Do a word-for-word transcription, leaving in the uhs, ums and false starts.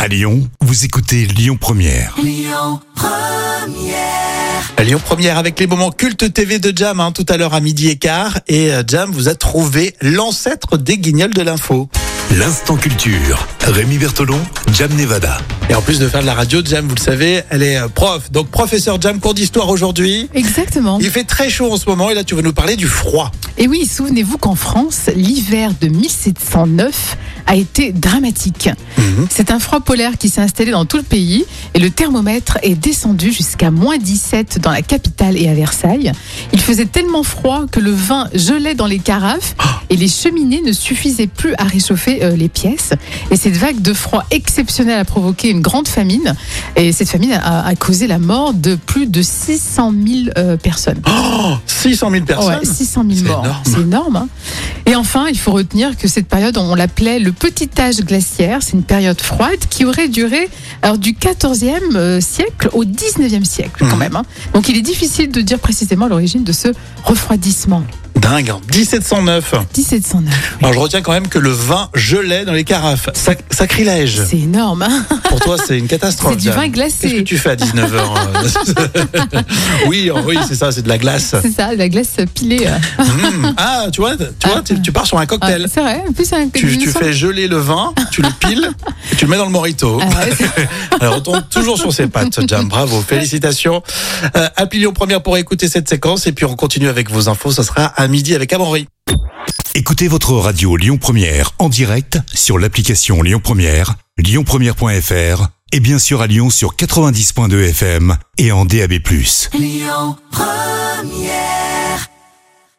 À Lyon, vous écoutez Lyon Première. Lyon Première. Lyon Première avec les moments cultes T V de Jam, hein, tout à l'heure à midi et quart. Et euh, Jam vous a trouvé l'ancêtre des guignols de l'info. L'instant culture. Rémi Bertolon, Jam Nevada. Et en plus de faire de la radio, Jam, vous le savez, elle est euh, prof. Donc professeur Jam, cours d'histoire aujourd'hui. Exactement. Il fait très chaud en ce moment et là tu vas nous parler du froid. Et oui, souvenez-vous qu'en France, l'hiver de mille sept cent neuf a été dramatique. Mmh. C'est un froid polaire qui s'est installé dans tout le pays et le thermomètre est descendu jusqu'à moins dix-sept dans la capitale et à Versailles. Il faisait tellement froid que le vin gelait dans les carafes et les cheminées ne suffisaient plus à réchauffer euh, les pièces. Et cette vague de froid exceptionnelle a provoqué une grande famine. Et cette famine a, a causé la mort de plus de six cent mille euh, personnes. Oh, six cent mille personnes. Ouais, six cent mille C'est morts. énorme. C'est énorme. Hein. Et enfin, il faut retenir que cette période, on l'appelait le petit âge glaciaire. C'est une période froide qui aurait duré alors, du quatorzième euh, siècle au dix-neuvième siècle, quand Mmh. même. Hein. Donc, il est difficile de dire précisément l'origine de ce refroidissement. Dingue, hein. dix-sept cent neuf. dix-sept cent neuf. Alors je retiens quand même que le vin gelait dans les carafes. Sac- sacrilège. C'est énorme. Hein. Pour toi, c'est une catastrophe. C'est du Jam. vin glacé. Qu'est-ce que tu fais à dix-neuf heures? Oui, oh, oui, c'est ça, c'est de la glace. C'est ça, la glace pilée. euh. Mmh. Ah, tu vois, tu, vois tu, tu pars sur un Ah, cocktail. c'est vrai. En plus, c'est un Tu, une tu sorte- fais geler le vin, tu le piles et tu le mets dans le mojito. Ah ouais, c'est- Alors, on tombe toujours sur ses pattes, Jam. Bravo, félicitations. Euh, appli Lyon Première pour écouter cette séquence et puis on continue avec vos infos. Ça sera à midi avec Amaury. Écoutez votre radio Lyon Première en direct sur l'application Lyon Première, lyon première point f r et bien sûr à Lyon sur quatre-vingt-dix point deux F M et en D A B plus. Lyon Première.